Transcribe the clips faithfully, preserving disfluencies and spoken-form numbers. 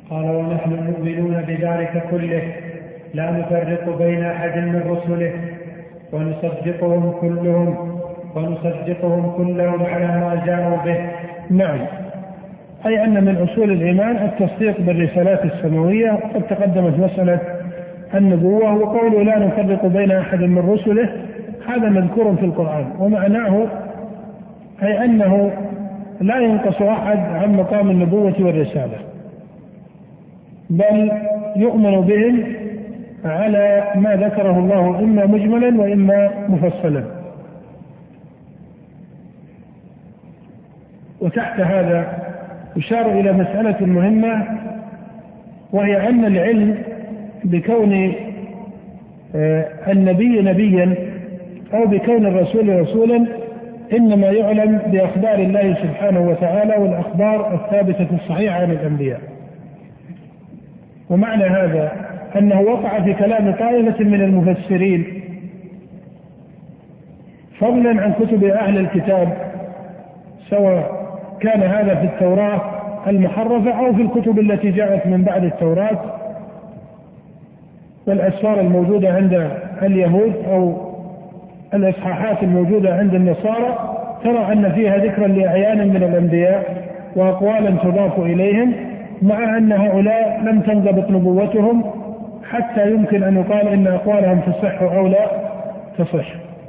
قال ونحن مؤمنون بذلك كله لا نفرق بين أحد من رسله ونصدقهم كلهم ونصدقهم كلهم على ما جاءوا به. نعم، أي أن من أصول الإيمان التصديق بالرسالات السماوية. قد تقدمت مسألة النبوة، وقوله لا نفرق بين أحد من رسله هذا مذكور في القرآن، ومعناه أي أنه لا ينقص أحد عن مقام النبوة والرسالة، بل يؤمن بهم على ما ذكره الله إما مجملا وإما مفصلا. وتحت هذا يشار إلى مسألة مهمة، وهي أن العلم بكون النبي نبيا أو بكون الرسول رسولا إنما يعلم بأخبار الله سبحانه وتعالى والأخبار الثابتة الصحيحة عن الأنبياء. ومعنى هذا أنه وقع في كلام طائفة من المفسرين فضلا عن كتب أهل الكتاب، سواء كان هذا في التوراة المحرفة أو في الكتب التي جاءت من بعد التوراة والأسفار الموجودة عند اليهود أو الإصحاحات الموجودة عند النصارى، ترى أن فيها ذكرا لأعيان من الأنبياء وأقوالا تضاف إليهم، مع أن هؤلاء لم تنضبط نبوتهم حتى يمكن أن يقال إن أقوالهم تصح أو لا تصح،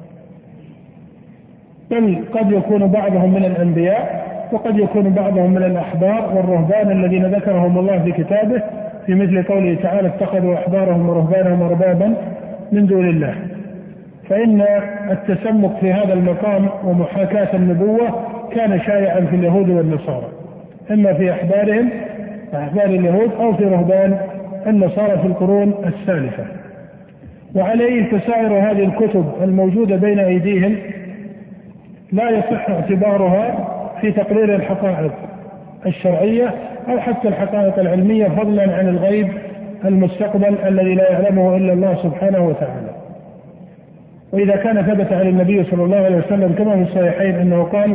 بل قد يكون بعضهم من الأنبياء وقد يكون بعضهم من الأحبار والرهبان الذين ذكرهم الله في كتابه، في مثل قوله تعالى اتخذوا أحبارهم ورهبانهم أربابا من دون الله. فإن التسمك في هذا المقام ومحاكاة النبوة كان شائعا في اليهود والنصارى، إما في أحبارهم أحبار اليهود أو في رهبان النصارى في القرون السالفة. وعليه فسائر هذه الكتب الموجودة بين أيديهم لا يصح اعتبارها في تقرير الحقائق الشرعية أو حتى الحقائق العلمية، فضلا عن الغيب المستقبل الذي لا يعلمه إلا الله سبحانه وتعالى. وإذا كان ثبت عن النبي صلى الله عليه وسلم كما في الصحيحين أنه قال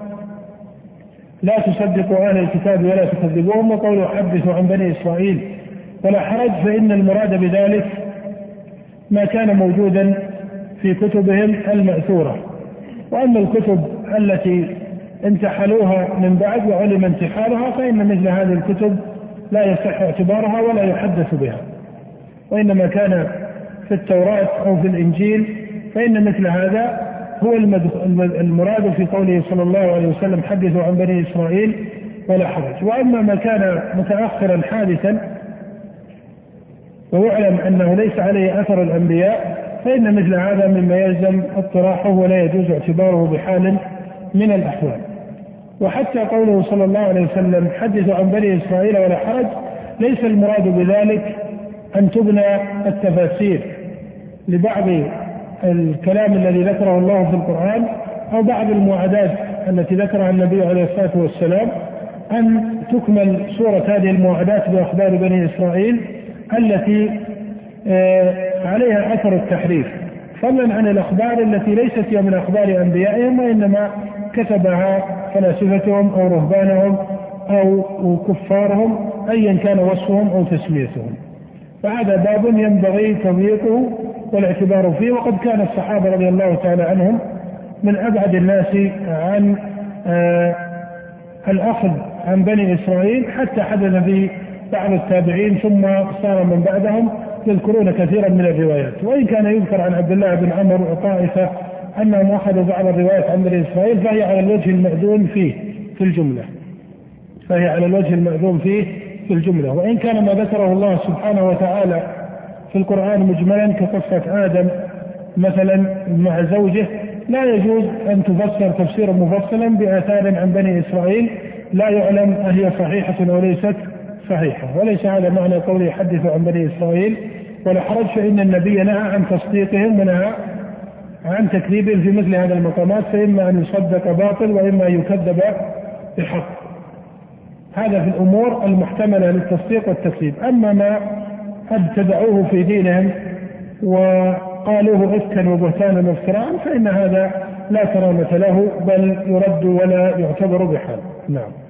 لا تصدقوا أهل الكتاب ولا تكذبوهم، وقولوا حدثوا عن بني إسرائيل ولا حرج، فإن المراد بذلك ما كان موجودا في كتبهم المأثورة. وأما الكتب التي انتحلوها من بعد وعلم انتحالها فإن مثل هذه الكتب لا يصح اعتبارها ولا يحدث بها، وإنما كان في التوراة أو في الإنجيل فإن مثل هذا هو المراد في قوله صلى الله عليه وسلم حدثوا عن بني إسرائيل ولا حرج. وأما ما كان متأخرا حادثا ويعلم أنه ليس عليه أثر الأنبياء فإن مثل هذا مما يلزم اطراحه ولا يجوز اعتباره بحال من الأحوال. وحتى قوله صلى الله عليه وسلم حدثوا عن بني إسرائيل ولا حرج ليس المراد بذلك أن تبنى التفاسير لبعض الكلام الذي ذكره الله في القرآن أو بعض الموعدات التي ذكرها النبي عليه الصلاة والسلام، أن تكمل صورة هذه الموعدات بأخبار بني إسرائيل التي عليها أثر التحريف، فضلا عن الأخبار التي ليست هي من أخبار أنبيائهم وإنما كتبها فلاسفتهم أو رهبانهم أو كفارهم أيا كان وصفهم أو تسميتهم. فهذا باب ينبغي تضييقه والاعتبار فيه. وقد كان الصحابة رضي الله تعالى عنهم من أبعد الناس عن آه الأخذ عن بني إسرائيل، حتى حدث في بعض التابعين ثم صار من بعدهم يذكرون كثيرا من الروايات. وإن كان يذكر عن عبد الله بن عمرو وطائفة أنهم أخذوا بعض الروايات عن بني إسرائيل فهي على الوجه المأذون فيه في الجملة فهي على الوجه المأذون فيه في الجملة وإن كان ما ذكره الله سبحانه وتعالى في القرآن مجملا كقصة آدم مثلا مع زوجه لا يجوز أن تفسر تفسيرا مفصلا بآثار عن بني إسرائيل لا يعلم أهي صحيحة أو ليست صحيحة. وليس هذا معنى قوله حدثوا عن بني إسرائيل ولا حرج، فإن النبي نهى عن تصديقهم ونهى عن تكذيبهم في مثل هذه المقامات، فإما أن يصدق باطل وإما أن يكذب بحق. هذا في الأمور المحتملة للتصديق والتكذيب. أما ما ابتدعوه في دينهم وقالوه إفكا وبهتانا وافتراء فإن هذا لا كرامة له بل يرد ولا يعتبر بحال. نعم.